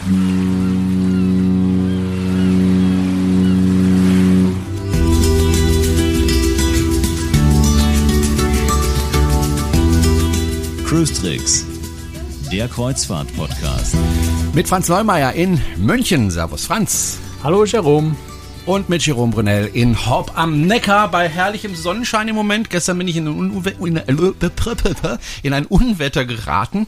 Cruise Tricks, der Kreuzfahrt-Podcast. Mit Franz Neumeier in München. Servus Franz. Hallo Jerome. Und mit Jerome Brunel in Horb am Neckar bei herrlichem Sonnenschein im Moment. Gestern bin ich in ein Unwetter geraten.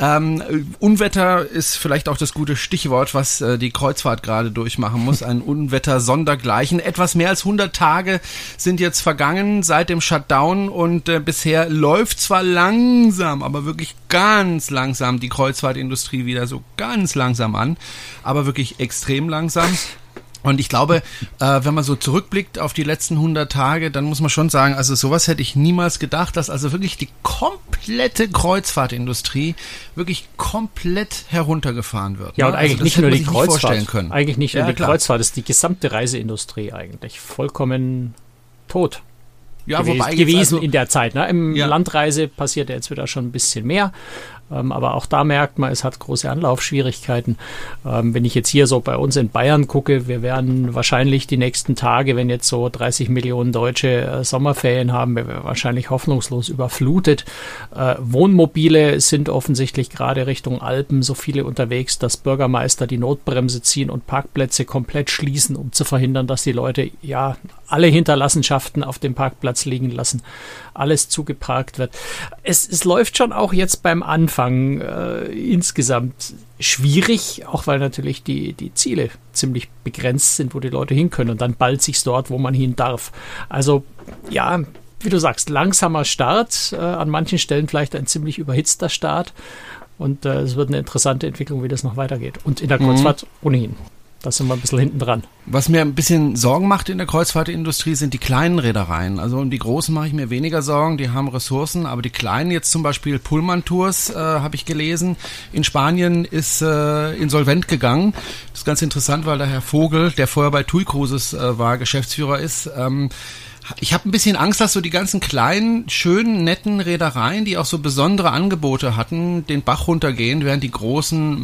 Unwetter ist vielleicht auch das gute Stichwort, was die Kreuzfahrt gerade durchmachen muss. Ein Unwetter sondergleichen. Etwas mehr als 100 Tage sind jetzt vergangen seit dem Shutdown und bisher läuft zwar langsam, aber wirklich ganz langsam die Kreuzfahrtindustrie wieder so ganz langsam an, aber wirklich extrem langsam. Und ich glaube, wenn man so zurückblickt auf die letzten 100 Tage, dann muss man schon sagen, also sowas hätte ich niemals gedacht, dass also wirklich die komplette Kreuzfahrtindustrie wirklich komplett heruntergefahren wird. Ja, und eigentlich nicht nur die Kreuzfahrt. Eigentlich nicht nur die Kreuzfahrt, das ist die gesamte Reiseindustrie eigentlich vollkommen tot. Ja, gewesen in der Zeit. Ne? Im Landreise passiert jetzt wieder schon ein bisschen mehr. Aber auch da merkt man, es hat große Anlaufschwierigkeiten. Wenn ich jetzt hier so bei uns in Bayern gucke, wir werden wahrscheinlich die nächsten Tage, wenn jetzt so 30 Millionen Deutsche Sommerferien haben, wir werden wahrscheinlich hoffnungslos überflutet. Wohnmobile sind offensichtlich gerade Richtung Alpen so viele unterwegs, dass Bürgermeister die Notbremse ziehen und Parkplätze komplett schließen, um zu verhindern, dass die Leute alle Hinterlassenschaften auf dem Parkplatz liegen lassen, alles zugeparkt wird. Es läuft schon auch jetzt beim Anfang insgesamt schwierig, auch weil natürlich die Ziele ziemlich begrenzt sind, wo die Leute hin können und dann ballt sich's dort, wo man hin darf. Also ja, wie du sagst, langsamer Start, an manchen Stellen vielleicht ein ziemlich überhitzter Start und es wird eine interessante Entwicklung, wie das noch weitergeht. Und in der Kreuzfahrt ohnehin. Da sind wir ein bisschen hinten dran. Was mir ein bisschen Sorgen macht in der Kreuzfahrtindustrie sind die kleinen Reedereien. Also um die großen mache ich mir weniger Sorgen, die haben Ressourcen, aber die kleinen, jetzt zum Beispiel Pullman Tours, habe ich gelesen, in Spanien ist insolvent gegangen. Das ist ganz interessant, weil der Herr Vogel, der vorher bei TUI Cruises war, Geschäftsführer ist. Ich habe ein bisschen Angst, dass so die ganzen kleinen, schönen, netten Reedereien, die auch so besondere Angebote hatten, den Bach runtergehen, während die großen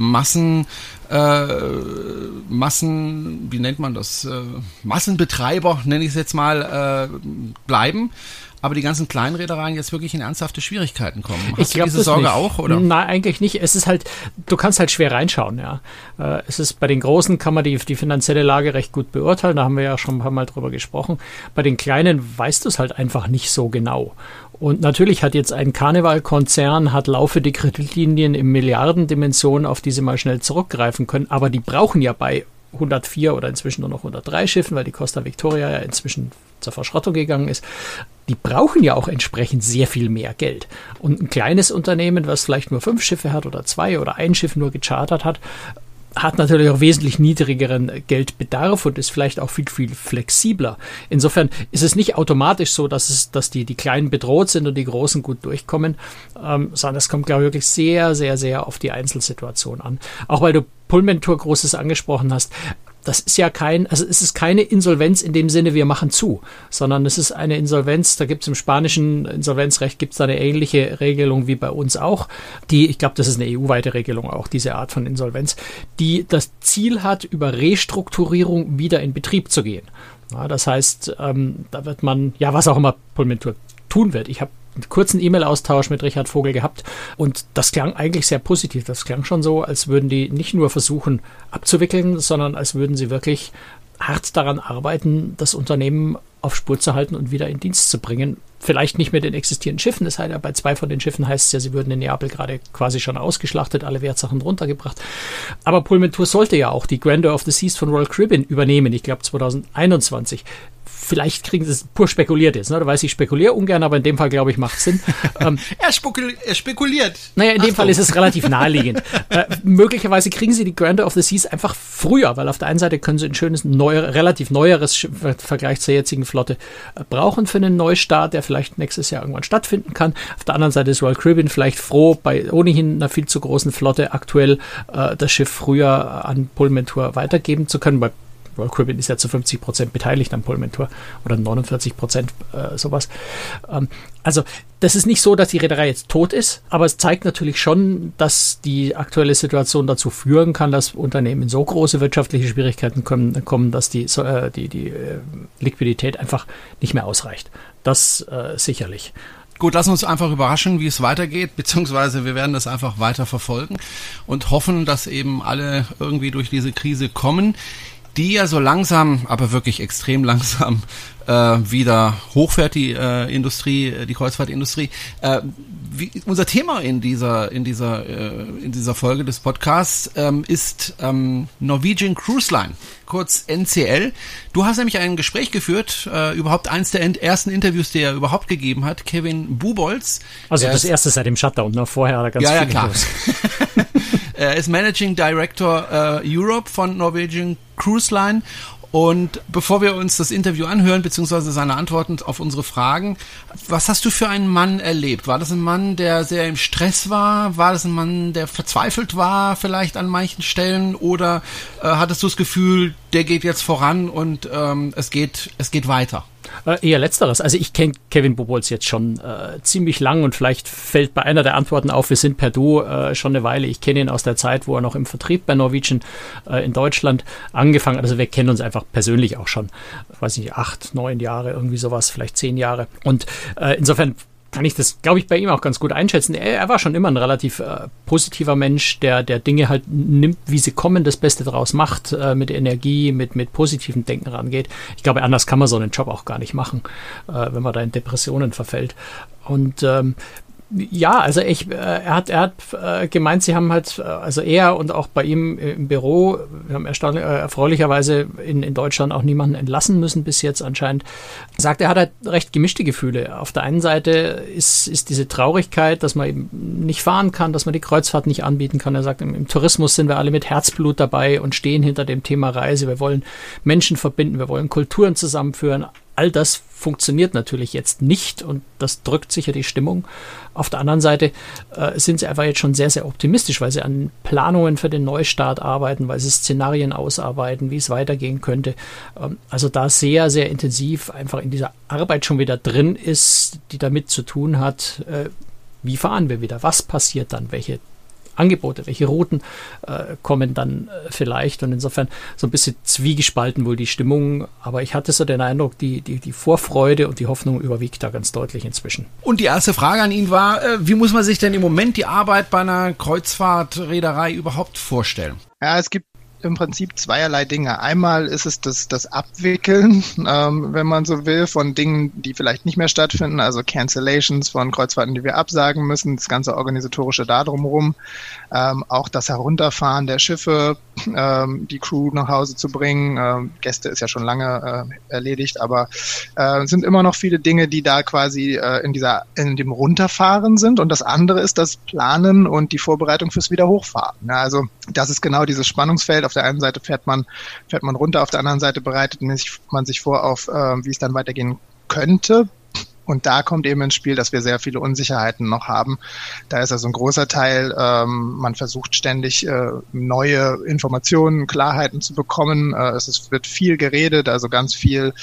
wie nennt man das? Massenbetreiber, nenne ich es jetzt mal, bleiben. Aber die ganzen kleinen Reedereien jetzt wirklich in ernsthafte Schwierigkeiten kommen. Hast du diese Sorge auch, oder? Nein, eigentlich nicht. Es ist halt, du kannst halt schwer reinschauen, ja. Es ist, bei den Großen kann man die finanzielle Lage recht gut beurteilen. Da haben wir ja schon ein paar Mal drüber gesprochen. Bei den Kleinen weißt du es halt einfach nicht so genau. Und natürlich hat jetzt ein Carnival-Konzern, hat laufende Kreditlinien in Milliardendimensionen, auf die sie mal schnell zurückgreifen können. Aber die brauchen ja bei 104 oder inzwischen nur noch 103 Schiffen, weil die Costa Victoria ja inzwischen zur Verschrottung gegangen ist. Die brauchen ja auch entsprechend sehr viel mehr Geld. Und ein kleines Unternehmen, was vielleicht nur 5 Schiffe hat oder 2 oder ein Schiff nur gechartert hat natürlich auch wesentlich niedrigeren Geldbedarf und ist vielleicht auch viel, viel flexibler. Insofern ist es nicht automatisch so, dass die Kleinen bedroht sind und die Großen gut durchkommen, sondern es kommt, glaube ich, wirklich sehr, sehr, sehr auf die Einzelsituation an. Auch weil du Pullman Tour Großes angesprochen hast. Das ist ja es ist keine Insolvenz in dem Sinne, wir machen zu, sondern es ist eine Insolvenz, da gibt es im spanischen Insolvenzrecht gibt's da eine ähnliche Regelung wie bei uns auch, ich glaube, das ist eine EU-weite Regelung auch, diese Art von Insolvenz, die das Ziel hat, über Restrukturierung wieder in Betrieb zu gehen. Ja, das heißt, da wird man, was auch immer Pullman Tour tun wird. Ich habe einen kurzen E-Mail-Austausch mit Richard Vogel gehabt und das klang eigentlich sehr positiv. Das klang schon so, als würden die nicht nur versuchen abzuwickeln, sondern als würden sie wirklich hart daran arbeiten, das Unternehmen auf Spur zu halten und wieder in Dienst zu bringen. Vielleicht nicht mit den existierenden Schiffen, das heißt ja, bei 2 von den Schiffen heißt es ja, sie würden in Neapel gerade quasi schon ausgeschlachtet, alle Wertsachen runtergebracht. Aber Pullman Tour sollte ja auch die Grandeur of the Seas von Royal Caribbean übernehmen, ich glaube 2021. Vielleicht kriegen sie es pur spekuliert jetzt. Ne? Du weißt, ich spekuliere ungern, aber in dem Fall, glaube ich, macht es Sinn. Er spekuliert. Naja, in dem Fall ist es relativ naheliegend. Möglicherweise kriegen sie die Grandeur of the Seas einfach früher, weil auf der einen Seite können sie ein schönes, relativ neueres Vergleich zur jetzigen Flotte brauchen für einen Neustart, der vielleicht nächstes Jahr irgendwann stattfinden kann. Auf der anderen Seite ist Royal Caribbean vielleicht froh, bei ohnehin einer viel zu großen Flotte aktuell das Schiff früher an Pullman Tour weitergeben zu können, weil Royal Caribbean ist ja zu 50% beteiligt an Pullmantur oder 49%, sowas. Also das ist nicht so, dass die Reederei jetzt tot ist, aber es zeigt natürlich schon, dass die aktuelle Situation dazu führen kann, dass Unternehmen in so große wirtschaftliche Schwierigkeiten kommen, dass die Liquidität einfach nicht mehr ausreicht. Das sicherlich. Gut, lassen uns einfach überraschen, wie es weitergeht, beziehungsweise wir werden das einfach weiter verfolgen und hoffen, dass eben alle irgendwie durch diese Krise kommen, die ja so langsam, aber wirklich extrem langsam wieder hochfährt, die Industrie, die Kreuzfahrtindustrie. Unser Thema in dieser Folge des Podcasts ist Norwegian Cruise Line, kurz NCL. Du hast nämlich ein Gespräch geführt, überhaupt eins der ersten Interviews, die er überhaupt gegeben hat, Kevin Bubolz. Also das erste seit dem Shutdown, ne? Vorher hat er ganz viel klar. Er ist Managing Director Europe von Norwegian Cruise Line. Und bevor wir uns das Interview anhören, beziehungsweise seine Antworten auf unsere Fragen, was hast du für einen Mann erlebt? War das ein Mann, der sehr im Stress war? War das ein Mann, der verzweifelt war vielleicht an manchen Stellen? Oder hattest du das Gefühl, der geht jetzt voran und es geht weiter? Eher Letzteres. Also ich kenne Kevin Bubolz jetzt schon ziemlich lang und vielleicht fällt bei einer der Antworten auf, wir sind per Du schon eine Weile. Ich kenne ihn aus der Zeit, wo er noch im Vertrieb bei Norwegian in Deutschland angefangen hat. Also wir kennen uns einfach persönlich auch schon, weiß nicht, 8, 9 Jahre, irgendwie sowas, vielleicht 10 Jahre. Und insofern kann ich das, glaube ich, bei ihm auch ganz gut einschätzen. Er war schon immer ein relativ positiver Mensch, der Dinge halt nimmt, wie sie kommen, das Beste draus macht, mit Energie, mit positivem Denken rangeht. Ich glaube, anders kann man so einen Job auch gar nicht machen, wenn man da in Depressionen verfällt. Und ja, also er hat gemeint, sie haben halt, also er und auch bei ihm im Büro, wir haben erfreulicherweise in Deutschland auch niemanden entlassen müssen bis jetzt anscheinend, sagt, er hat halt recht gemischte Gefühle. Auf der einen Seite ist diese Traurigkeit, dass man eben nicht fahren kann, dass man die Kreuzfahrt nicht anbieten kann. Er sagt, im Tourismus sind wir alle mit Herzblut dabei und stehen hinter dem Thema Reise. Wir wollen Menschen verbinden, wir wollen Kulturen zusammenführen. All das funktioniert natürlich jetzt nicht und das drückt sicher die Stimmung. Auf der anderen Seite sind sie einfach jetzt schon sehr, sehr optimistisch, weil sie an Planungen für den Neustart arbeiten, weil sie Szenarien ausarbeiten, wie es weitergehen könnte. Also da sehr, sehr intensiv einfach in dieser Arbeit schon wieder drin ist, die damit zu tun hat, wie fahren wir wieder, was passiert dann, welche Angebote, welche Routen kommen dann vielleicht, und insofern so ein bisschen zwiegespalten wohl die Stimmung, aber ich hatte so den Eindruck, die Vorfreude und die Hoffnung überwiegt da ganz deutlich inzwischen. Und die erste Frage an ihn war, wie muss man sich denn im Moment die Arbeit bei einer Kreuzfahrtreederei überhaupt vorstellen? Ja, es gibt im Prinzip zweierlei Dinge. Einmal ist es das Abwickeln, wenn man so will, von Dingen, die vielleicht nicht mehr stattfinden, also Cancellations von Kreuzfahrten, die wir absagen müssen, das ganze Organisatorische da drumherum, auch das Herunterfahren der Schiffe, die Crew nach Hause zu bringen. Gäste ist ja schon lange erledigt, aber sind immer noch viele Dinge, die da quasi in dem Runterfahren sind. Und das andere ist das Planen und die Vorbereitung fürs Wiederhochfahren. Ja, also das ist genau dieses Spannungsfeld. Auf der einen Seite fährt man runter, auf der anderen Seite bereitet man sich vor auf, wie es dann weitergehen könnte. Und da kommt eben ins Spiel, dass wir sehr viele Unsicherheiten noch haben. Da ist also ein großer Teil, man versucht ständig neue Informationen, Klarheiten zu bekommen. Es wird viel geredet, also ganz viel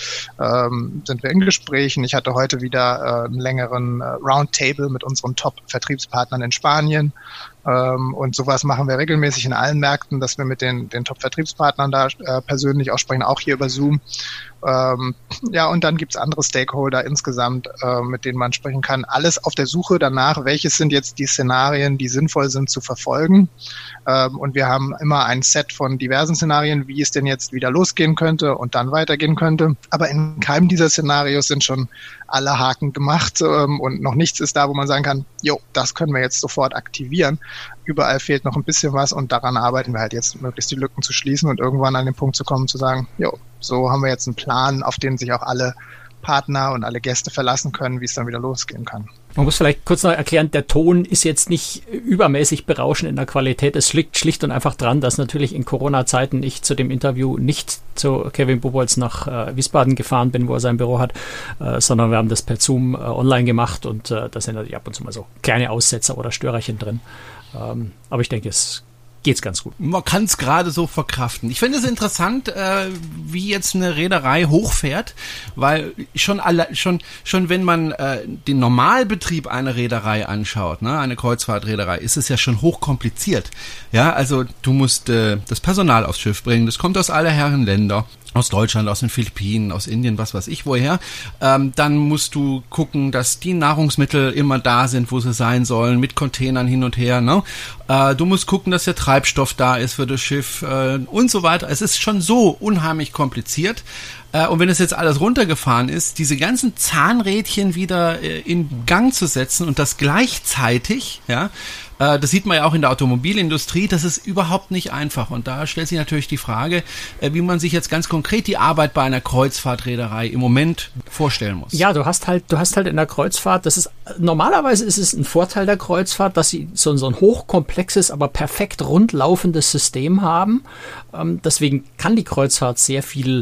sind wir in Gesprächen. Ich hatte heute wieder einen längeren Roundtable mit unseren Top-Vertriebspartnern in Spanien. Und sowas machen wir regelmäßig in allen Märkten, dass wir mit den Top-Vertriebspartnern da persönlich auch sprechen, auch hier über Zoom. Ja, und dann gibt's andere Stakeholder insgesamt, mit denen man sprechen kann. Alles auf der Suche danach, welches sind jetzt die Szenarien, die sinnvoll sind zu verfolgen. Und wir haben immer ein Set von diversen Szenarien, wie es denn jetzt wieder losgehen könnte und dann weitergehen könnte. Aber in keinem dieser Szenarios sind schon alle Haken gemacht und noch nichts ist da, wo man sagen kann, jo, das können wir jetzt sofort aktivieren. Überall fehlt noch ein bisschen was und daran arbeiten wir halt jetzt, möglichst die Lücken zu schließen und irgendwann an den Punkt zu kommen, zu sagen, jo, so haben wir jetzt einen Plan, auf den sich auch alle Partner und alle Gäste verlassen können, wie es dann wieder losgehen kann. Man muss vielleicht kurz noch erklären, der Ton ist jetzt nicht übermäßig berauschend in der Qualität. Es liegt schlicht und einfach dran, dass natürlich in Corona-Zeiten ich zu dem Interview nicht zu Kevin Bubolz nach Wiesbaden gefahren bin, wo er sein Büro hat, sondern wir haben das per Zoom online gemacht und da sind natürlich ab und zu mal so kleine Aussetzer oder Störerchen drin. Aber ich denke, es geht's ganz gut. Man kann es gerade so verkraften. Ich finde es interessant, wie jetzt eine Reederei hochfährt, weil schon wenn man den Normalbetrieb einer Reederei anschaut, ne, eine Kreuzfahrtreederei, ist es ja schon hochkompliziert. Ja, also du musst das Personal aufs Schiff bringen, das kommt aus aller Herren Länder. Aus Deutschland, aus den Philippinen, aus Indien, was weiß ich woher. Dann musst du gucken, dass die Nahrungsmittel immer da sind, wo sie sein sollen, mit Containern hin und her. Ne? Du musst gucken, dass der Treibstoff da ist für das Schiff und so weiter. Es ist schon so unheimlich kompliziert. Und wenn es jetzt alles runtergefahren ist, diese ganzen Zahnrädchen wieder in Gang zu setzen und das gleichzeitig, ja, das sieht man ja auch in der Automobilindustrie, das ist überhaupt nicht einfach. Und da stellt sich natürlich die Frage, wie man sich jetzt ganz konkret die Arbeit bei einer Kreuzfahrtreederei im Moment vorstellen muss. Ja, du hast halt in der Kreuzfahrt, normalerweise ist es ein Vorteil der Kreuzfahrt, dass sie so ein hochkomplexes, aber perfekt rundlaufendes System haben. Deswegen kann die Kreuzfahrt sehr viel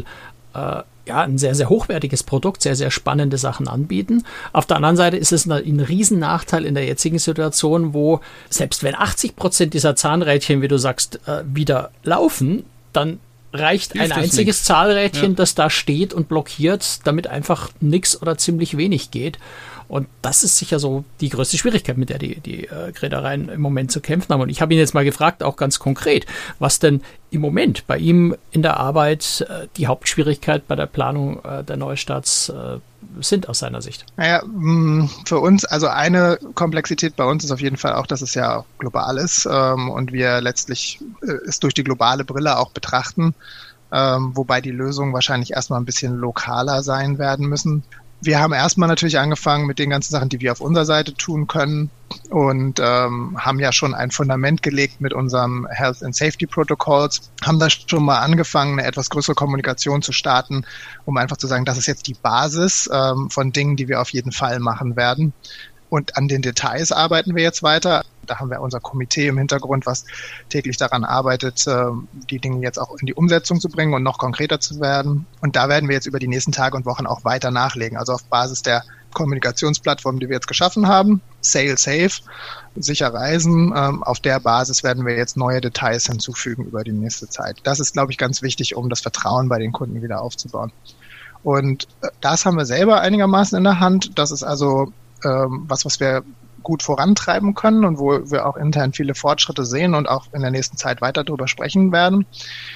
ein sehr, sehr hochwertiges Produkt, sehr, sehr spannende Sachen anbieten. Auf der anderen Seite ist es ein Riesennachteil in der jetzigen Situation, wo selbst wenn 80% dieser Zahnrädchen, wie du sagst, wieder laufen, dann reicht ein einziges Zahnrädchen, das da steht und blockiert, damit einfach nichts oder ziemlich wenig geht. Und das ist sicher so die größte Schwierigkeit, mit der die Reedereien im Moment zu kämpfen haben. Und ich habe ihn jetzt mal gefragt, auch ganz konkret, was denn im Moment bei ihm in der Arbeit die Hauptschwierigkeit bei der Planung der Neustarts sind aus seiner Sicht. Naja, für uns, also eine Komplexität bei uns ist auf jeden Fall auch, dass es ja global ist und wir letztlich es durch die globale Brille auch betrachten, wobei die Lösungen wahrscheinlich erstmal ein bisschen lokaler sein werden müssen. Wir haben erstmal natürlich angefangen mit den ganzen Sachen, die wir auf unserer Seite tun können und haben ja schon ein Fundament gelegt mit unserem Health and Safety Protocols, haben da schon mal angefangen, eine etwas größere Kommunikation zu starten, um einfach zu sagen, das ist jetzt die Basis von Dingen, die wir auf jeden Fall machen werden. Und an den Details arbeiten wir jetzt weiter. Da haben wir unser Komitee im Hintergrund, was täglich daran arbeitet, die Dinge jetzt auch in die Umsetzung zu bringen und noch konkreter zu werden. Und da werden wir jetzt über die nächsten Tage und Wochen auch weiter nachlegen. Also auf Basis der Kommunikationsplattform, die wir jetzt geschaffen haben, Sail Safe, sicher reisen, auf der Basis werden wir jetzt neue Details hinzufügen über die nächste Zeit. Das ist, glaube ich, ganz wichtig, um das Vertrauen bei den Kunden wieder aufzubauen. Und das haben wir selber einigermaßen in der Hand. Das ist also was wir gut vorantreiben können und wo wir auch intern viele Fortschritte sehen und auch in der nächsten Zeit weiter darüber sprechen werden.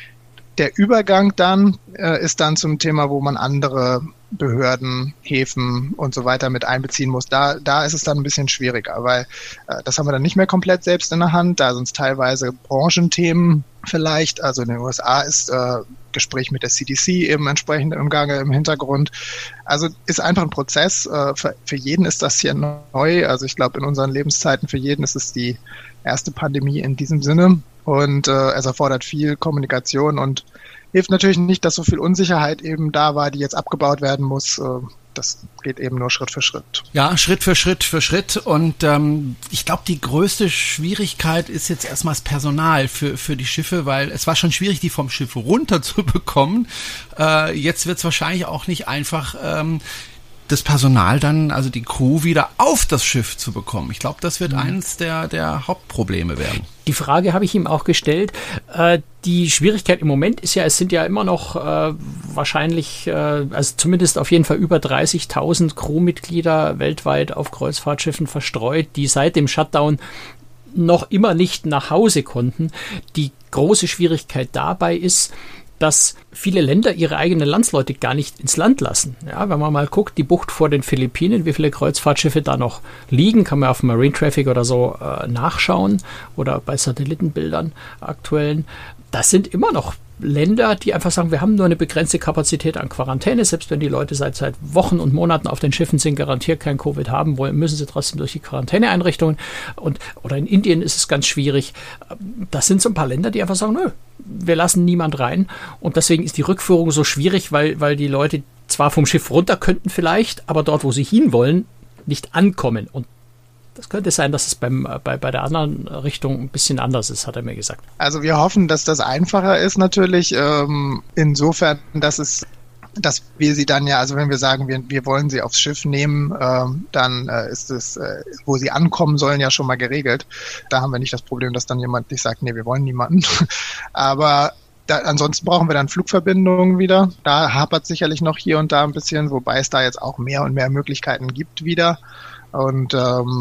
Der Übergang dann ist dann zum Thema, wo man andere Behörden, Häfen und so weiter mit einbeziehen muss. Da ist es dann ein bisschen schwieriger, weil das haben wir dann nicht mehr komplett selbst in der Hand. Da sind es teilweise Branchenthemen vielleicht. Also in den USA ist Gespräch mit der CDC eben entsprechend im Gange im Hintergrund. Also ist einfach ein Prozess. Für jeden ist das hier neu. Also ich glaube, in unseren Lebenszeiten für jeden ist es die erste Pandemie in diesem Sinne. Und es erfordert viel Kommunikation und hilft natürlich nicht, dass so viel Unsicherheit eben da war, die jetzt abgebaut werden muss. Das geht eben nur Schritt für Schritt. Ja, Schritt für Schritt. Und ich glaube, die größte Schwierigkeit ist jetzt erstmal das Personal für die Schiffe, weil es war schon schwierig, die vom Schiff runter zu bekommen. Jetzt wird es wahrscheinlich auch nicht einfach, das Personal dann, also die Crew, wieder auf das Schiff zu bekommen. Ich glaube, das wird eines der Hauptprobleme werden. Die Frage habe ich ihm auch gestellt. Die Schwierigkeit im Moment ist ja, es sind ja immer noch wahrscheinlich, also zumindest auf jeden Fall über 30.000 Crewmitglieder weltweit auf Kreuzfahrtschiffen verstreut, die seit dem Shutdown noch immer nicht nach Hause konnten. Die große Schwierigkeit dabei ist, dass viele Länder ihre eigenen Landsleute gar nicht ins Land lassen. Ja, wenn man mal guckt, die Bucht vor den Philippinen, wie viele Kreuzfahrtschiffe da noch liegen, kann man auf Marine Traffic oder so nachschauen oder bei Satellitenbildern aktuellen. Das sind immer noch Länder, die einfach sagen, wir haben nur eine begrenzte Kapazität an Quarantäne, selbst wenn die Leute seit Wochen und Monaten auf den Schiffen sind, garantiert kein Covid haben wollen, müssen sie trotzdem durch die Quarantäneeinrichtungen oder in Indien ist es ganz schwierig. Das sind so ein paar Länder, die einfach sagen, nö, wir lassen niemand rein und deswegen ist die Rückführung so schwierig, weil die Leute zwar vom Schiff runter könnten vielleicht, aber dort, wo sie hinwollen, nicht ankommen und das könnte sein, dass es bei der anderen Richtung ein bisschen anders ist, hat er mir gesagt. Also wir hoffen, dass das einfacher ist natürlich, insofern, dass es dass wir sie dann ja, also wenn wir sagen, wir wollen sie aufs Schiff nehmen, dann ist es, wo sie ankommen sollen, ja schon mal geregelt. Da haben wir nicht das Problem, dass dann jemand nicht sagt, nee, wir wollen niemanden. Aber ansonsten brauchen wir dann Flugverbindungen wieder. Da hapert sicherlich noch hier und da ein bisschen, wobei es da jetzt auch mehr und mehr Möglichkeiten gibt wieder. Und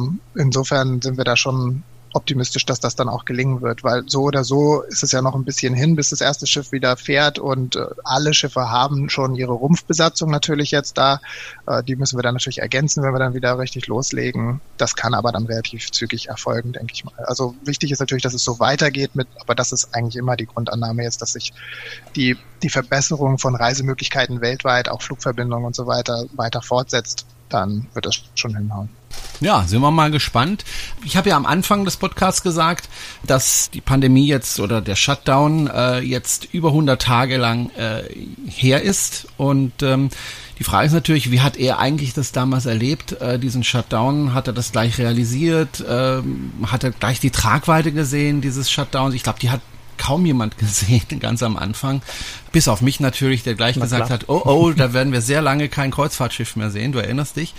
insofern sind wir da schon optimistisch, dass das dann auch gelingen wird, weil so oder so ist es ja noch ein bisschen hin, bis das erste Schiff wieder fährt und alle Schiffe haben schon ihre Rumpfbesatzung natürlich jetzt da. Die müssen wir dann natürlich ergänzen, wenn wir dann wieder richtig loslegen. Das kann aber dann relativ zügig erfolgen, denke ich mal. Also wichtig ist natürlich, dass es so weitergeht aber das ist eigentlich immer die Grundannahme jetzt, dass sich die Verbesserung von Reisemöglichkeiten weltweit, auch Flugverbindungen und so weiter fortsetzt. Dann wird das schon hinhauen. Ja, sind wir mal gespannt. Ich habe ja am Anfang des Podcasts gesagt, dass die Pandemie jetzt oder der Shutdown jetzt über 100 Tage lang her ist. Und die Frage ist natürlich, wie hat er eigentlich das damals erlebt, diesen Shutdown? Hat er das gleich realisiert? Hat er gleich die Tragweite gesehen, dieses Shutdown? Ich glaube, die hat kaum jemand gesehen, ganz am Anfang. Bis auf mich natürlich, der gleich gesagt hat, oh, da werden wir sehr lange kein Kreuzfahrtschiff mehr sehen, du erinnerst dich.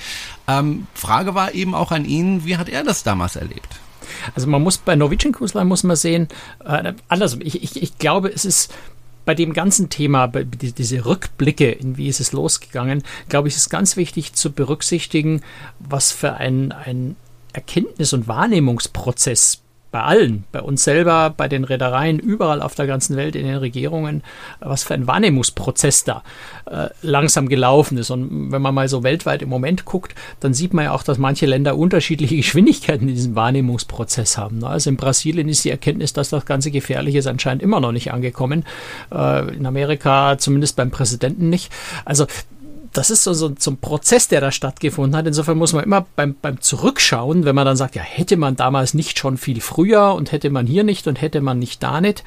Frage war eben auch an ihn, wie hat er das damals erlebt? Also man muss bei Norwegian Cruise Line muss man sehen, andersrum, ich glaube, es ist bei dem ganzen Thema, diese Rückblicke, in wie ist es losgegangen, glaube ich, ist ganz wichtig zu berücksichtigen, was für ein Erkenntnis- und Wahrnehmungsprozess bei allen, bei uns selber, bei den Reedereien, überall auf der ganzen Welt, in den Regierungen, was für ein Wahrnehmungsprozess da langsam gelaufen ist. Und wenn man mal so weltweit im Moment guckt, dann sieht man ja auch, dass manche Länder unterschiedliche Geschwindigkeiten in diesem Wahrnehmungsprozess haben. Also in Brasilien ist die Erkenntnis, dass das Ganze gefährlich ist, anscheinend immer noch nicht angekommen. In Amerika zumindest beim Präsidenten nicht. Also das ist so ein Prozess, der da stattgefunden hat. Insofern muss man immer beim Zurückschauen, wenn man dann sagt, ja, hätte man damals nicht schon viel früher und hätte man hier nicht und hätte man nicht da nicht,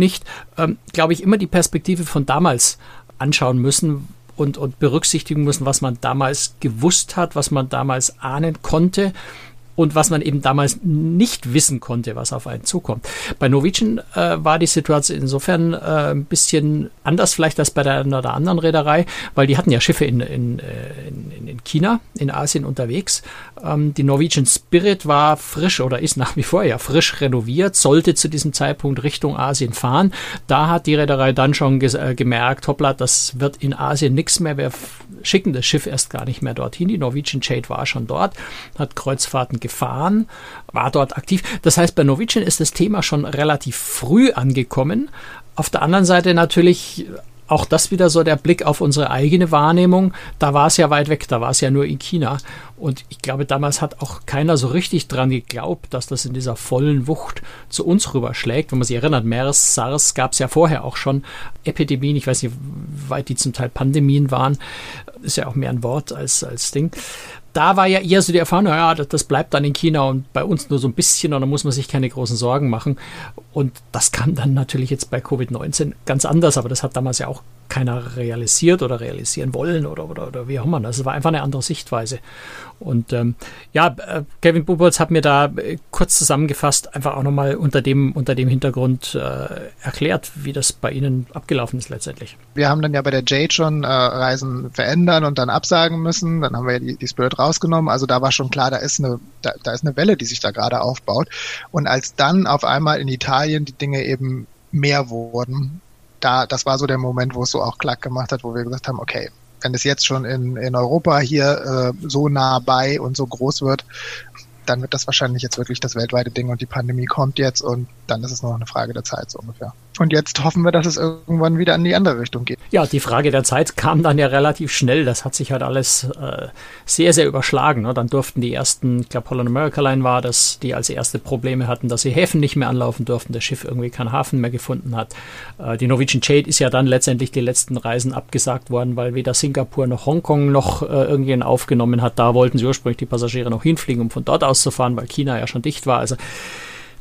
glaube ich, immer die Perspektive von damals anschauen müssen und berücksichtigen müssen, was man damals gewusst hat, was man damals ahnen konnte und was man eben damals nicht wissen konnte, was auf einen zukommt. Bei Norwegian war die Situation insofern ein bisschen anders vielleicht als bei der einen oder anderen Reederei, weil die hatten ja Schiffe in China, in Asien unterwegs. Die Norwegian Spirit war frisch oder ist nach wie vor ja frisch renoviert, sollte zu diesem Zeitpunkt Richtung Asien fahren. Da hat die Reederei dann schon gemerkt, hoppla, das wird in Asien nichts mehr, wir schicken das Schiff erst gar nicht mehr dorthin. Die Norwegian Jade war schon dort, hat Kreuzfahrten gefahren, war dort aktiv. Das heißt, bei Norwegian ist das Thema schon relativ früh angekommen. Auf der anderen Seite natürlich auch das wieder so der Blick auf unsere eigene Wahrnehmung. Da war es ja weit weg, da war es ja nur in China. Und ich glaube, damals hat auch keiner so richtig dran geglaubt, dass das in dieser vollen Wucht zu uns rüberschlägt. Wenn man sich erinnert, MERS, SARS gab es ja vorher auch schon Epidemien. Ich weiß nicht, wie weit die zum Teil Pandemien waren. Ist ja auch mehr ein Wort als Ding. Da war ja eher so die Erfahrung, naja, das bleibt dann in China und bei uns nur so ein bisschen und da muss man sich keine großen Sorgen machen. Und das kam dann natürlich jetzt bei Covid-19 ganz anders, aber das hat damals ja auch keiner realisiert oder realisieren wollen oder wie auch immer. Das war einfach eine andere Sichtweise. Und Kevin Bubolz hat mir da kurz zusammengefasst einfach auch nochmal unter dem Hintergrund erklärt, wie das bei Ihnen abgelaufen ist letztendlich. Wir haben dann ja bei der Jade schon Reisen verändern und dann absagen müssen. Dann haben wir ja die Spirit rausgenommen. Also da war schon klar, da ist eine Welle, die sich da gerade aufbaut. Und als dann auf einmal in Italien die Dinge eben mehr wurden, das war so der Moment, wo es so auch klack gemacht hat, wo wir gesagt haben, okay, wenn es jetzt schon in Europa hier so nah bei und so groß wird, dann wird das wahrscheinlich jetzt wirklich das weltweite Ding und die Pandemie kommt jetzt und dann ist es nur noch eine Frage der Zeit so ungefähr. Und jetzt hoffen wir, dass es irgendwann wieder in die andere Richtung geht. Ja, die Frage der Zeit kam dann ja relativ schnell. Das hat sich halt alles sehr, sehr überschlagen. Ne? Dann durften die ersten, ich glaube Holland America Line war das, die als erste Probleme hatten, dass sie Häfen nicht mehr anlaufen durften, das Schiff irgendwie keinen Hafen mehr gefunden hat. Die Norwegian Jade ist ja dann letztendlich die letzten Reisen abgesagt worden, weil weder Singapur noch Hongkong noch irgendjemand aufgenommen hat. Da wollten sie ursprünglich die Passagiere noch hinfliegen, um von dort aus zu fahren, weil China ja schon dicht war. Also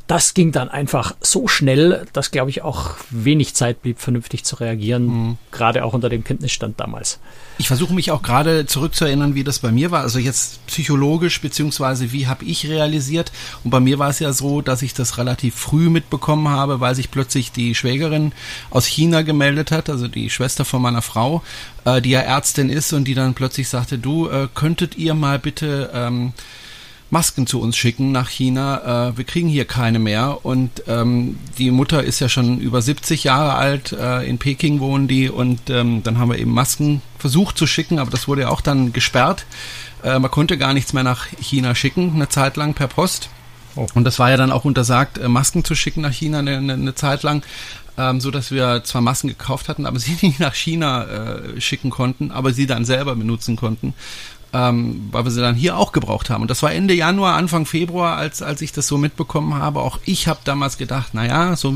das ging dann einfach so schnell, dass, glaube ich, auch wenig Zeit blieb, vernünftig zu reagieren, gerade auch unter dem Kenntnisstand damals. Ich versuche mich auch gerade zurückzuerinnern, wie das bei mir war. Also jetzt psychologisch, beziehungsweise wie habe ich realisiert. Und bei mir war es ja so, dass ich das relativ früh mitbekommen habe, weil sich plötzlich die Schwägerin aus China gemeldet hat, also die Schwester von meiner Frau, die ja Ärztin ist und die dann plötzlich sagte, du, könntet ihr mal bitte Masken zu uns schicken nach China, wir kriegen hier keine mehr und die Mutter ist ja schon über 70 Jahre alt, in Peking wohnen die und dann haben wir eben Masken versucht zu schicken, aber das wurde ja auch dann gesperrt, man konnte gar nichts mehr nach China schicken, eine Zeit lang per Post und das war ja dann auch untersagt, Masken zu schicken nach China eine Zeit lang, so dass wir zwar Masken gekauft hatten, aber sie nicht nach China schicken konnten, aber sie dann selber benutzen konnten. Weil wir sie dann hier auch gebraucht haben. Und das war Ende Januar, Anfang Februar, als ich das so mitbekommen habe. Auch ich habe damals gedacht, naja, so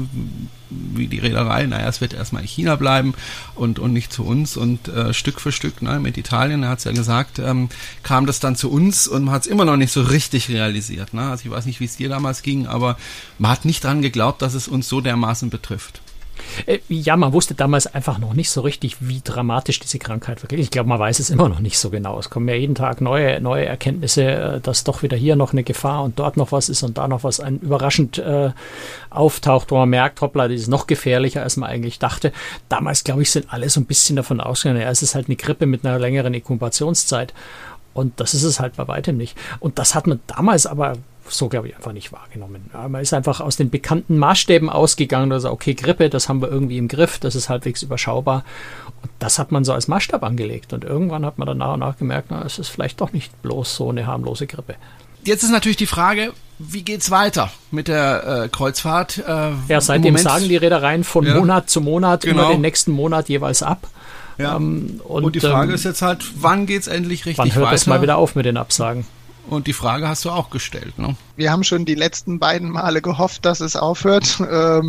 wie die Reederei, naja, es wird erstmal in China bleiben und nicht zu uns. Und Stück für Stück, mit Italien, er hat es ja gesagt, kam das dann zu uns und man hat es immer noch nicht so richtig realisiert. Ne? Also ich weiß nicht, wie es dir damals ging, aber man hat nicht dran geglaubt, dass es uns so dermaßen betrifft. Ja, man wusste damals einfach noch nicht so richtig, wie dramatisch diese Krankheit wirklich ist. Ich glaube, man weiß es immer noch nicht so genau. Es kommen ja jeden Tag neue Erkenntnisse, dass doch wieder hier noch eine Gefahr und dort noch was ist und da noch was überraschend auftaucht, wo man merkt, hoppla, das ist noch gefährlicher, als man eigentlich dachte. Damals, glaube ich, sind alle so ein bisschen davon ausgegangen, ja, es ist halt eine Grippe mit einer längeren Inkubationszeit. Und das ist es halt bei weitem nicht. Und das hat man damals aber so, glaube ich, einfach nicht wahrgenommen. Ja, man ist einfach aus den bekannten Maßstäben ausgegangen, also okay, Grippe, das haben wir irgendwie im Griff, das ist halbwegs überschaubar. Und das hat man so als Maßstab angelegt. Und irgendwann hat man dann nach und nach gemerkt, na, es ist vielleicht doch nicht bloß so eine harmlose Grippe. Jetzt ist natürlich die Frage, wie geht's weiter mit der Kreuzfahrt? Ja, seitdem sagen die Reedereien von Monat zu Monat immer den nächsten Monat jeweils ab. Ja. Und die Frage ist jetzt halt, wann geht's endlich richtig weiter? Wann hört das mal wieder auf mit den Absagen? Und die Frage hast du auch gestellt, ne? Wir haben schon die letzten beiden Male gehofft, dass es aufhört.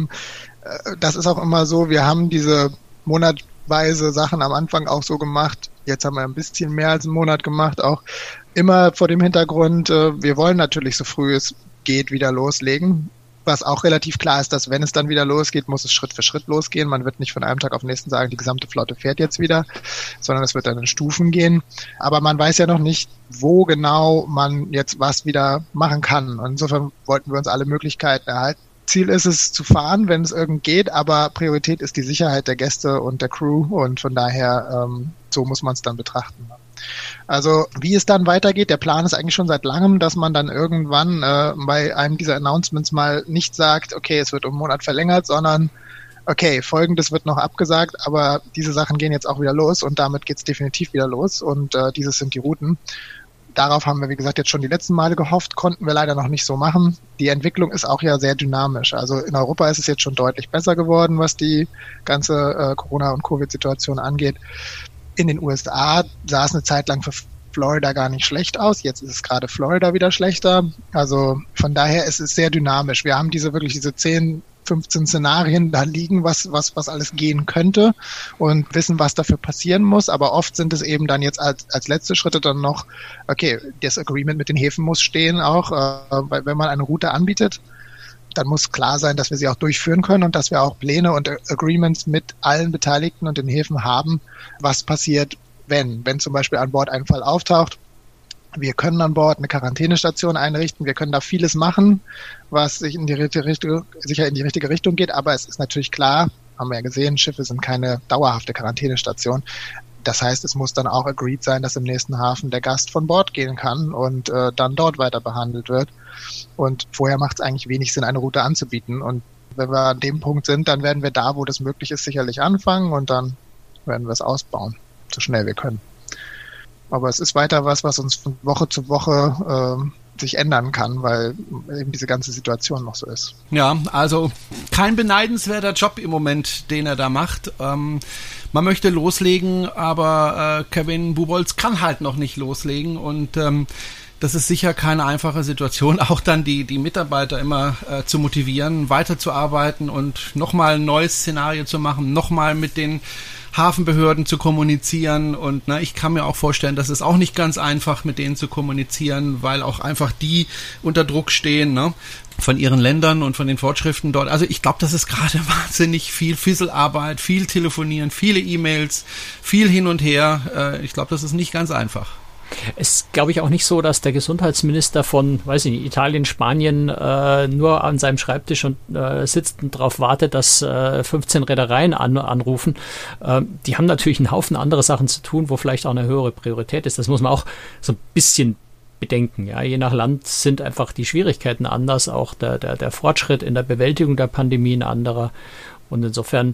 Das ist auch immer so, wir haben diese monatweise Sachen am Anfang auch so gemacht. Jetzt haben wir ein bisschen mehr als einen Monat gemacht, auch immer vor dem Hintergrund, wir wollen natürlich so früh es geht wieder loslegen. Was auch relativ klar ist, dass wenn es dann wieder losgeht, muss es Schritt für Schritt losgehen. Man wird nicht von einem Tag auf den nächsten sagen, die gesamte Flotte fährt jetzt wieder, sondern es wird dann in Stufen gehen. Aber man weiß ja noch nicht, wo genau man jetzt was wieder machen kann. Und insofern wollten wir uns alle Möglichkeiten erhalten. Ziel ist es zu fahren, wenn es irgend geht, aber Priorität ist die Sicherheit der Gäste und der Crew und von daher so muss man es dann betrachten. Also wie es dann weitergeht, der Plan ist eigentlich schon seit langem, dass man dann irgendwann bei einem dieser Announcements mal nicht sagt, okay, es wird um einen Monat verlängert, sondern okay, Folgendes wird noch abgesagt, aber diese Sachen gehen jetzt auch wieder los und damit geht es definitiv wieder los und dieses sind die Routen. Darauf haben wir, wie gesagt, jetzt schon die letzten Male gehofft, konnten wir leider noch nicht so machen. Die Entwicklung ist auch ja sehr dynamisch. Also in Europa ist es jetzt schon deutlich besser geworden, was die ganze Corona- und Covid-Situation angeht. In den USA sah es eine Zeit lang für Florida gar nicht schlecht aus. Jetzt ist es gerade Florida wieder schlechter. Also von daher ist es sehr dynamisch. Wir haben diese 10, 15 Szenarien da liegen, was alles gehen könnte und wissen, was dafür passieren muss. Aber oft sind es eben dann jetzt als letzte Schritte dann noch, okay, das Agreement mit den Häfen muss stehen auch, weil wenn man eine Route anbietet, dann muss klar sein, dass wir sie auch durchführen können und dass wir auch Pläne und Agreements mit allen Beteiligten und den Häfen haben, was passiert, wenn zum Beispiel an Bord ein Fall auftaucht. Wir können an Bord eine Quarantänestation einrichten, wir können da vieles machen, was sicher in die richtige Richtung geht, aber es ist natürlich klar, haben wir ja gesehen, Schiffe sind keine dauerhafte Quarantänestation. Das heißt, es muss dann auch agreed sein, dass im nächsten Hafen der Gast von Bord gehen kann und dann dort weiter behandelt wird. Und vorher macht es eigentlich wenig Sinn, eine Route anzubieten. Und wenn wir an dem Punkt sind, dann werden wir da, wo das möglich ist, sicherlich anfangen und dann werden wir es ausbauen, so schnell wir können. Aber es ist weiter was uns von Woche zu Woche sich ändern kann, weil eben diese ganze Situation noch so ist. Ja, also kein beneidenswerter Job im Moment, den er da macht. Man möchte loslegen, aber Kevin Bubolz kann halt noch nicht loslegen und Das ist sicher keine einfache Situation, auch dann die Mitarbeiter immer zu motivieren, weiterzuarbeiten und nochmal ein neues Szenario zu machen, nochmal mit den Hafenbehörden zu kommunizieren. Und ich kann mir auch vorstellen, dass es auch nicht ganz einfach mit denen zu kommunizieren, weil auch einfach die unter Druck stehen, von ihren Ländern und von den Fortschriften dort. Also ich glaube, das ist gerade wahnsinnig viel Fisselarbeit, viel Telefonieren, viele E-Mails, viel hin und her. Ich glaube, das ist nicht ganz einfach. Es ist, glaube ich, auch nicht so, dass der Gesundheitsminister von, weiß ich nicht, Italien, Spanien nur an seinem Schreibtisch und sitzt und darauf wartet, dass 15 Reedereien anrufen. Die haben natürlich einen Haufen andere Sachen zu tun, wo vielleicht auch eine höhere Priorität ist. Das muss man auch so ein bisschen bedenken. Ja, je nach Land sind einfach die Schwierigkeiten anders, auch der Fortschritt in der Bewältigung der Pandemie ein anderer. Und insofern,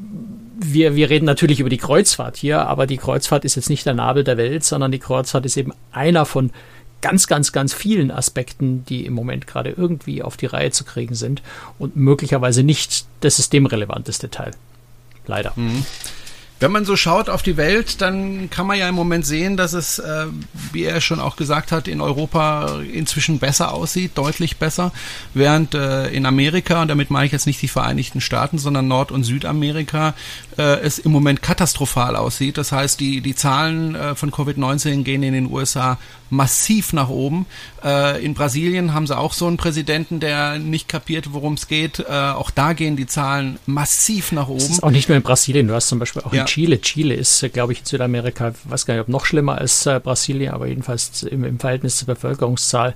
wir reden natürlich über die Kreuzfahrt hier, aber die Kreuzfahrt ist jetzt nicht der Nabel der Welt, sondern die Kreuzfahrt ist eben einer von ganz, ganz, ganz vielen Aspekten, die im Moment gerade irgendwie auf die Reihe zu kriegen sind und möglicherweise nicht das systemrelevanteste Teil. Leider. Mhm. Wenn man so schaut auf die Welt, dann kann man ja im Moment sehen, dass es, wie er schon auch gesagt hat, in Europa inzwischen besser aussieht, deutlich besser, während in Amerika, und damit meine ich jetzt nicht die Vereinigten Staaten, sondern Nord- und Südamerika, es im Moment katastrophal aussieht. Das heißt, die Zahlen von Covid-19 gehen in den USA massiv nach oben. In Brasilien haben sie auch so einen Präsidenten, der nicht kapiert, worum es geht. Auch da gehen die Zahlen massiv nach oben. Das ist auch nicht nur in Brasilien, du hast zum Beispiel auch in Chile. Chile ist, glaube ich, in Südamerika, ich weiß gar nicht, ob noch schlimmer als Brasilien, aber jedenfalls im Verhältnis zur Bevölkerungszahl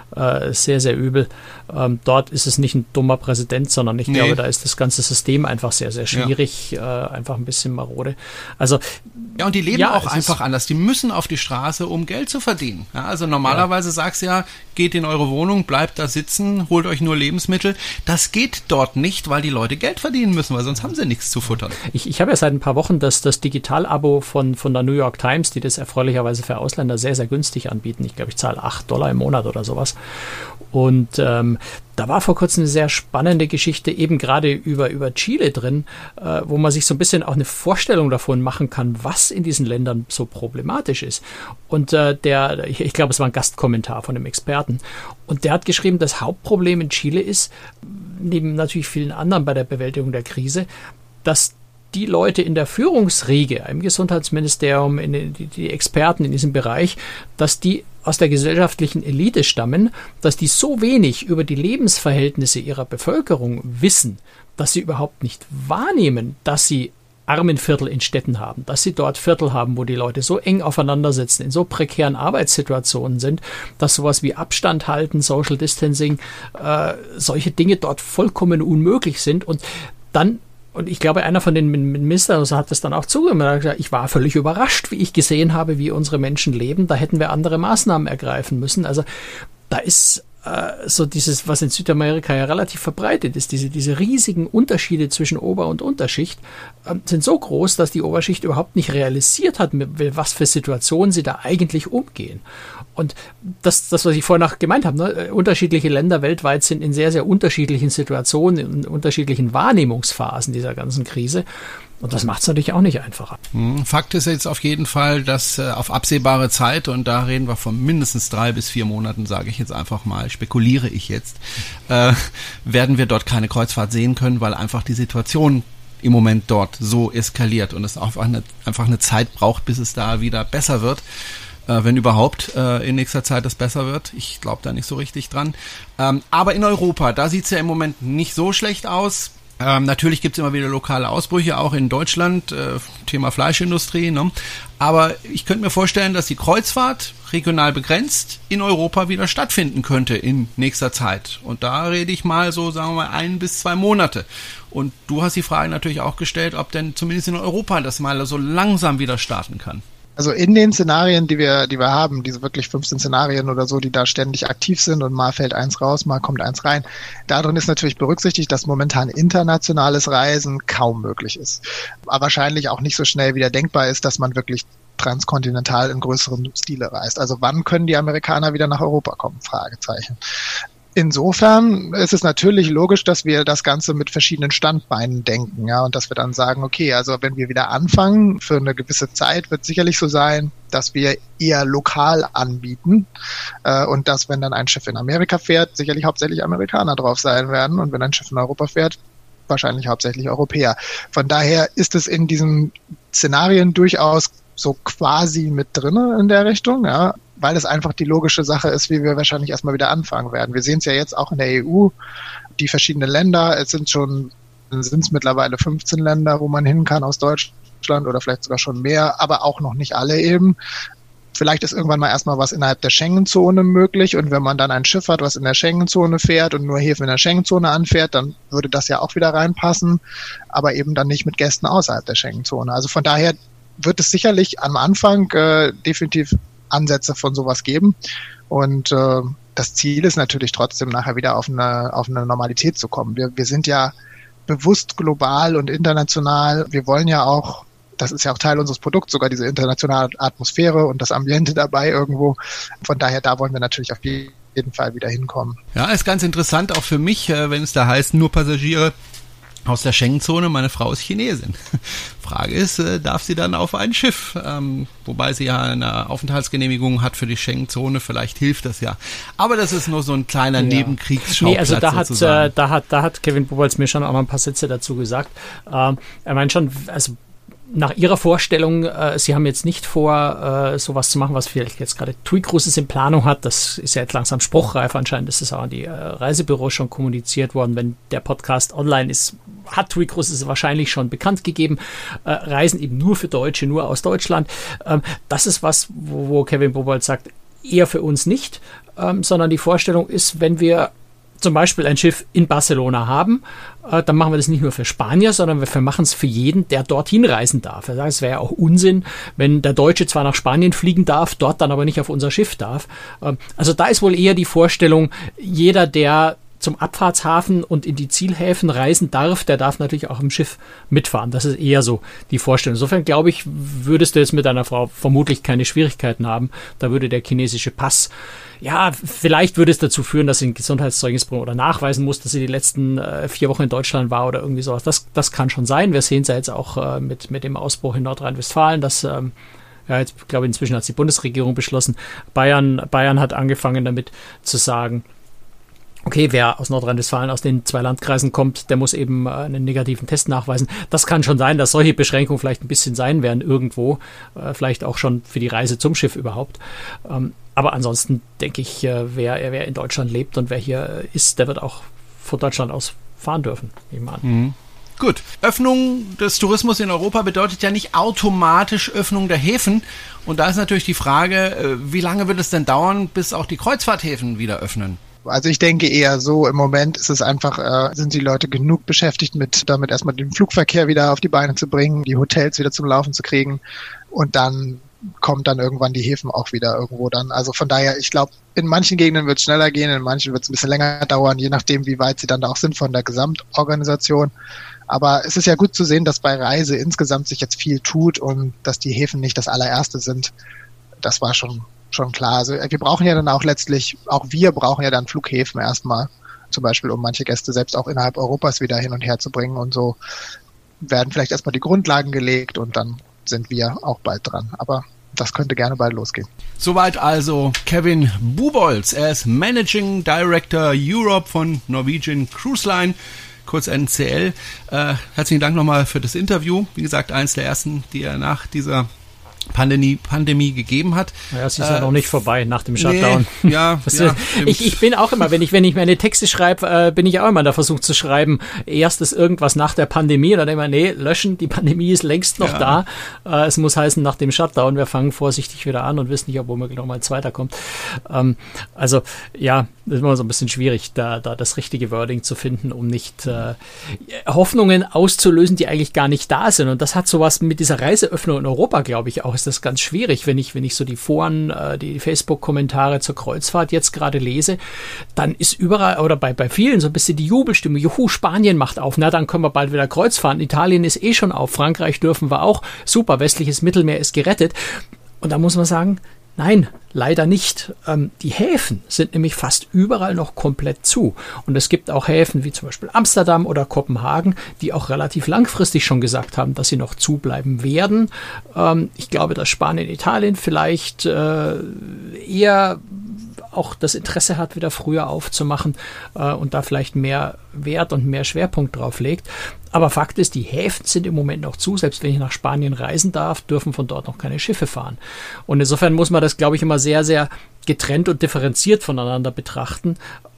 sehr, sehr übel. Dort ist es nicht ein dummer Präsident, sondern ich glaube, da ist das ganze System einfach sehr, sehr schwierig, einfach ein bisschen marode. Also ja, und die leben auch einfach anders. Die müssen auf die Straße, um Geld zu verdienen. Ja, also normalerweise sagst du ja, geht in eure Wohnung, bleibt da sitzen, holt euch nur Lebensmittel. Das geht dort nicht, weil die Leute Geld verdienen müssen, weil sonst haben sie nichts zu futtern. Ich habe ja seit ein paar Wochen das Digital-Abo von der New York Times, die das erfreulicherweise für Ausländer sehr, sehr günstig anbieten. Ich glaube, ich zahle $8 im Monat oder sowas. Und da war vor kurzem eine sehr spannende Geschichte eben gerade über Chile drin, wo man sich so ein bisschen auch eine Vorstellung davon machen kann, was in diesen Ländern so problematisch ist. Und ich glaube, es war ein Gastkommentar von einem Experten. Und der hat geschrieben, das Hauptproblem in Chile ist, neben natürlich vielen anderen bei der Bewältigung der Krise, dass die Leute in der Führungsriege, im Gesundheitsministerium, die Experten in diesem Bereich, dass die aus der gesellschaftlichen Elite stammen, dass die so wenig über die Lebensverhältnisse ihrer Bevölkerung wissen, dass sie überhaupt nicht wahrnehmen, dass sie Armenviertel in Städten haben, dass sie dort Viertel haben, wo die Leute so eng aufeinander sitzen, in so prekären Arbeitssituationen sind, dass sowas wie Abstand halten, Social Distancing, solche Dinge dort vollkommen unmöglich sind. Und ich glaube, einer von den Ministern hat das dann auch zugegeben. Er hat gesagt, ich war völlig überrascht, wie ich gesehen habe, wie unsere Menschen leben. Da hätten wir andere Maßnahmen ergreifen müssen. Also da ist so dieses, was in Südamerika ja relativ verbreitet ist, diese riesigen Unterschiede zwischen Ober- und Unterschicht sind so groß, dass die Oberschicht überhaupt nicht realisiert hat, mit was für Situationen sie da eigentlich umgehen. Und das was ich vorhin auch gemeint habe, unterschiedliche Länder weltweit sind in sehr, sehr unterschiedlichen Situationen, in unterschiedlichen Wahrnehmungsphasen dieser ganzen Krise. Und das macht es natürlich auch nicht einfacher. Fakt ist jetzt auf jeden Fall, dass auf absehbare Zeit, und da reden wir von mindestens 3 bis 4 Monaten, sage ich jetzt einfach mal, spekuliere ich jetzt, werden wir dort keine Kreuzfahrt sehen können, weil einfach die Situation im Moment dort so eskaliert und es einfach eine Zeit braucht, bis es da wieder besser wird. Wenn überhaupt in nächster Zeit das besser wird. Ich glaube da nicht so richtig dran. Aber in Europa, da sieht es ja im Moment nicht so schlecht aus. Natürlich gibt es immer wieder lokale Ausbrüche, auch in Deutschland, Thema Fleischindustrie. Ne? Aber ich könnte mir vorstellen, dass die Kreuzfahrt regional begrenzt in Europa wieder stattfinden könnte in nächster Zeit. Und da rede ich mal so, sagen wir mal, 1 bis 2 Monate. Und du hast die Frage natürlich auch gestellt, ob denn zumindest in Europa das mal so langsam wieder starten kann. Also in den Szenarien, die wir haben, diese wirklich 15 Szenarien oder so, die da ständig aktiv sind und mal fällt eins raus, mal kommt eins rein. Darin ist natürlich berücksichtigt, dass momentan internationales Reisen kaum möglich ist. Aber wahrscheinlich auch nicht so schnell wieder denkbar ist, dass man wirklich transkontinental in größerem Stile reist. Also wann können die Amerikaner wieder nach Europa kommen? Fragezeichen. Insofern ist es natürlich logisch, dass wir das Ganze mit verschiedenen Standbeinen denken, ja, und dass wir dann sagen, okay, also wenn wir wieder anfangen, für eine gewisse Zeit wird sicherlich so sein, dass wir eher lokal anbieten und dass, wenn dann ein Schiff in Amerika fährt, sicherlich hauptsächlich Amerikaner drauf sein werden und wenn ein Schiff in Europa fährt, wahrscheinlich hauptsächlich Europäer. Von daher ist es in diesen Szenarien durchaus so quasi mit drinne in der Richtung, ja, weil es einfach die logische Sache ist, wie wir wahrscheinlich erstmal wieder anfangen werden. Wir sehen es ja jetzt auch in der EU, die verschiedenen Länder, es sind mittlerweile 15 Länder, wo man hin kann aus Deutschland oder vielleicht sogar schon mehr, aber auch noch nicht alle eben. Vielleicht ist irgendwann mal erstmal was innerhalb der Schengen-Zone möglich und wenn man dann ein Schiff hat, was in der Schengen-Zone fährt und nur Häfen in der Schengen-Zone anfährt, dann würde das ja auch wieder reinpassen, aber eben dann nicht mit Gästen außerhalb der Schengen-Zone. Also von daher wird es sicherlich am Anfang definitiv Ansätze von sowas geben und das Ziel ist natürlich trotzdem nachher wieder auf eine Normalität zu kommen. Wir sind ja bewusst global und international. Wir wollen ja auch, das ist ja auch Teil unseres Produkts, sogar diese internationale Atmosphäre und das Ambiente dabei irgendwo. Von daher, da wollen wir natürlich auf jeden Fall wieder hinkommen. Ja, ist ganz interessant auch für mich, wenn es da heißt, nur Passagiere aus der Schengen-Zone, meine Frau ist Chinesin. Frage ist, darf sie dann auf ein Schiff? Wobei sie ja eine Aufenthaltsgenehmigung hat für die Schengen-Zone, vielleicht hilft das ja. Aber das ist nur so ein kleiner Nebenkriegsschauplatz. Nee, also da hat Kevin Bubolz mir schon auch noch ein paar Sätze dazu gesagt. Er meint schon, also nach Ihrer Vorstellung, Sie haben jetzt nicht vor, sowas zu machen, was vielleicht jetzt gerade TUI Cruises in Planung hat. Das ist ja jetzt langsam spruchreif anscheinend. Das ist auch an die Reisebüros schon kommuniziert worden. Wenn der Podcast online ist, hat TUI Cruises wahrscheinlich schon bekannt gegeben. Reisen eben nur für Deutsche, nur aus Deutschland. Das ist was, wo Kevin Bubolz sagt, eher für uns nicht, sondern die Vorstellung ist, wenn wir zum Beispiel ein Schiff in Barcelona haben, dann machen wir das nicht nur für Spanier, sondern wir machen es für jeden, der dorthin reisen darf. Er sagt, es wäre ja auch Unsinn, wenn der Deutsche zwar nach Spanien fliegen darf, dort dann aber nicht auf unser Schiff darf. Also da ist wohl eher die Vorstellung, jeder, der zum Abfahrtshafen und in die Zielhäfen reisen darf, der darf natürlich auch im Schiff mitfahren. Das ist eher so die Vorstellung. Insofern glaube ich, würdest du jetzt mit deiner Frau vermutlich keine Schwierigkeiten haben. Da würde der chinesische Pass, ja, vielleicht würde es dazu führen, dass sie ein Gesundheitszeugnis bringen oder nachweisen muss, dass sie die letzten 4 Wochen in Deutschland war oder irgendwie sowas. Das kann schon sein. Wir sehen es ja jetzt auch mit dem Ausbruch in Nordrhein-Westfalen, dass jetzt glaube ich inzwischen hat die Bundesregierung beschlossen. Bayern hat angefangen damit zu sagen, okay, wer aus Nordrhein-Westfalen, aus den 2 Landkreisen kommt, der muss eben einen negativen Test nachweisen. Das kann schon sein, dass solche Beschränkungen vielleicht ein bisschen sein werden irgendwo, vielleicht auch schon für die Reise zum Schiff überhaupt. Aber ansonsten denke ich, wer in Deutschland lebt und wer hier ist, der wird auch von Deutschland aus fahren dürfen, nehme ich mal an. Mhm. Gut, Öffnung des Tourismus in Europa bedeutet ja nicht automatisch Öffnung der Häfen. Und da ist natürlich die Frage, wie lange wird es denn dauern, bis auch die Kreuzfahrthäfen wieder öffnen? Also ich denke eher so, im Moment ist es einfach, sind die Leute genug beschäftigt damit erstmal den Flugverkehr wieder auf die Beine zu bringen, die Hotels wieder zum Laufen zu kriegen und dann kommt dann irgendwann die Häfen auch wieder irgendwo dann. Also von daher, ich glaube, in manchen Gegenden wird es schneller gehen, in manchen wird es ein bisschen länger dauern, je nachdem, wie weit sie dann da auch sind von der Gesamtorganisation. Aber es ist ja gut zu sehen, dass bei Reise insgesamt sich jetzt viel tut und dass die Häfen nicht das allererste sind. Das war schon klar. Also wir brauchen ja dann auch wir brauchen ja dann Flughäfen erstmal, zum Beispiel, um manche Gäste selbst auch innerhalb Europas wieder hin und her zu bringen und so werden vielleicht erstmal die Grundlagen gelegt und dann sind wir auch bald dran. Aber das könnte gerne bald losgehen. Soweit also Kevin Bubolz. Er ist Managing Director Europe von Norwegian Cruise Line, kurz NCL. Herzlichen Dank nochmal für das Interview. Wie gesagt, eins der ersten, die er nach dieser Pandemie gegeben hat. Naja, es ist ja noch nicht vorbei nach dem Shutdown. Nee, ja, ich bin auch immer, wenn ich meine Texte schreibe, bin ich auch immer da versucht zu schreiben, erstes irgendwas nach der Pandemie, und dann immer, nee, löschen, die Pandemie ist längst noch da. Es muss heißen, nach dem Shutdown, wir fangen vorsichtig wieder an und wissen nicht, ob womöglich noch mal ein zweiter kommt. Also, ja, das ist immer so ein bisschen schwierig, da das richtige Wording zu finden, um nicht Hoffnungen auszulösen, die eigentlich gar nicht da sind. Und das hat sowas mit dieser Reiseöffnung in Europa, glaube ich, auch, ist das ganz schwierig, wenn ich so die Foren, die Facebook-Kommentare zur Kreuzfahrt jetzt gerade lese, dann ist überall oder bei vielen so ein bisschen die Jubelstimme, juhu, Spanien macht auf, na dann können wir bald wieder Kreuz fahren, Italien ist schon auf, Frankreich dürfen wir auch, super, westliches Mittelmeer ist gerettet. Und da muss man sagen, Nein, leider nicht. Die Häfen sind nämlich fast überall noch komplett zu. Und es gibt auch Häfen wie zum Beispiel Amsterdam oder Kopenhagen, die auch relativ langfristig schon gesagt haben, dass sie noch zubleiben werden. Ich glaube, dass Spanien, Italien vielleicht eher auch das Interesse hat, wieder früher aufzumachen und da vielleicht mehr Wert und mehr Schwerpunkt drauf legt. Aber Fakt ist, die Häfen sind im Moment noch zu. Selbst wenn ich nach Spanien reisen darf, dürfen von dort noch keine Schiffe fahren. Und insofern muss man das, glaube ich, immer sehr, sehr getrennt und differenziert voneinander betrachten.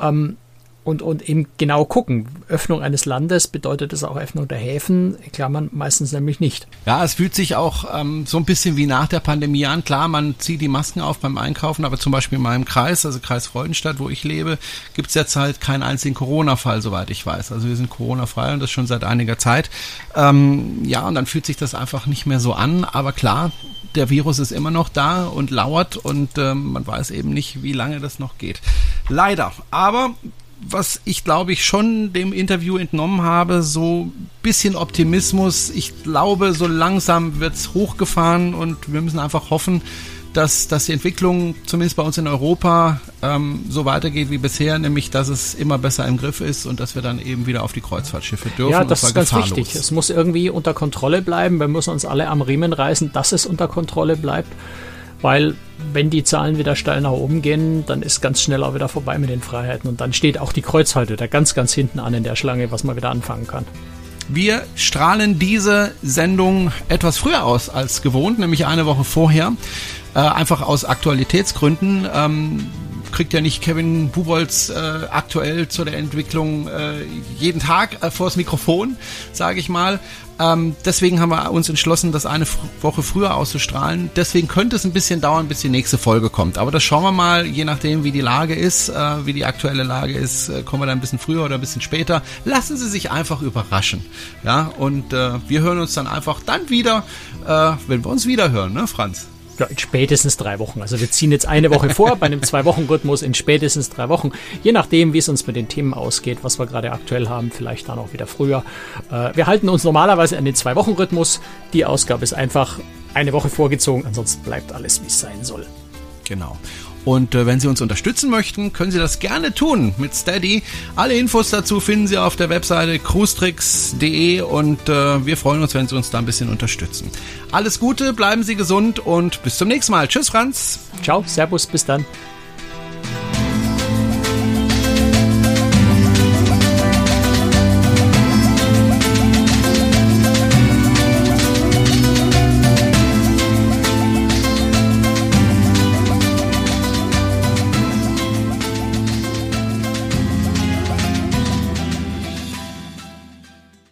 Und eben genau gucken. Öffnung eines Landes bedeutet es auch Öffnung der Häfen, Klammern meistens nämlich nicht. Ja, es fühlt sich auch so ein bisschen wie nach der Pandemie an. Klar, man zieht die Masken auf beim Einkaufen, aber zum Beispiel in meinem Kreis, also Kreis Freudenstadt, wo ich lebe, gibt es derzeit keinen einzigen Corona-Fall, soweit ich weiß. Also wir sind Corona-frei und das schon seit einiger Zeit. Ja, und dann fühlt sich das einfach nicht mehr so an. Aber klar, der Virus ist immer noch da und lauert und man weiß eben nicht, wie lange das noch geht. Leider. Aber was ich, glaube ich, schon dem Interview entnommen habe, so ein bisschen Optimismus. Ich glaube, so langsam wird's hochgefahren und wir müssen einfach hoffen, dass die Entwicklung zumindest bei uns in Europa so weitergeht wie bisher, nämlich dass es immer besser im Griff ist und dass wir dann eben wieder auf die Kreuzfahrtschiffe dürfen. Ja, das ist ganz wichtig. Es muss irgendwie unter Kontrolle bleiben. Wir müssen uns alle am Riemen reißen, dass es unter Kontrolle bleibt. Weil wenn die Zahlen wieder steil nach oben gehen, dann ist ganz schnell auch wieder vorbei mit den Freiheiten. Und dann steht auch die Kreuzfahrt wieder ganz, ganz hinten an in der Schlange, was man wieder anfangen kann. Wir strahlen diese Sendung etwas früher aus als gewohnt, nämlich eine Woche vorher. Einfach aus Aktualitätsgründen. Kriegt ja nicht Kevin Bubolz aktuell zu der Entwicklung jeden Tag vors Mikrofon, sage ich mal. Deswegen haben wir uns entschlossen, das eine Woche früher auszustrahlen. Deswegen könnte es ein bisschen dauern, bis die nächste Folge kommt. Aber das schauen wir mal, je nachdem, wie die Lage ist, wie die aktuelle Lage ist, kommen wir da ein bisschen früher oder ein bisschen später. Lassen Sie sich einfach überraschen. Ja, und wir hören uns dann einfach dann wieder, wenn wir uns wieder hören, ne, Franz? Ja, in spätestens 3 Wochen. Also wir ziehen jetzt eine Woche vor, bei einem 2-Wochen-Rhythmus in spätestens 3 Wochen. Je nachdem, wie es uns mit den Themen ausgeht, was wir gerade aktuell haben, vielleicht dann auch wieder früher. Wir halten uns normalerweise an den 2-Wochen-Rhythmus. Die Ausgabe ist einfach eine Woche vorgezogen, ansonsten bleibt alles, wie es sein soll. Genau. Und wenn Sie uns unterstützen möchten, können Sie das gerne tun mit Steady. Alle Infos dazu finden Sie auf der Webseite cruistricks.de und wir freuen uns, wenn Sie uns da ein bisschen unterstützen. Alles Gute, bleiben Sie gesund und bis zum nächsten Mal. Tschüss, Franz. Ciao, servus, bis dann.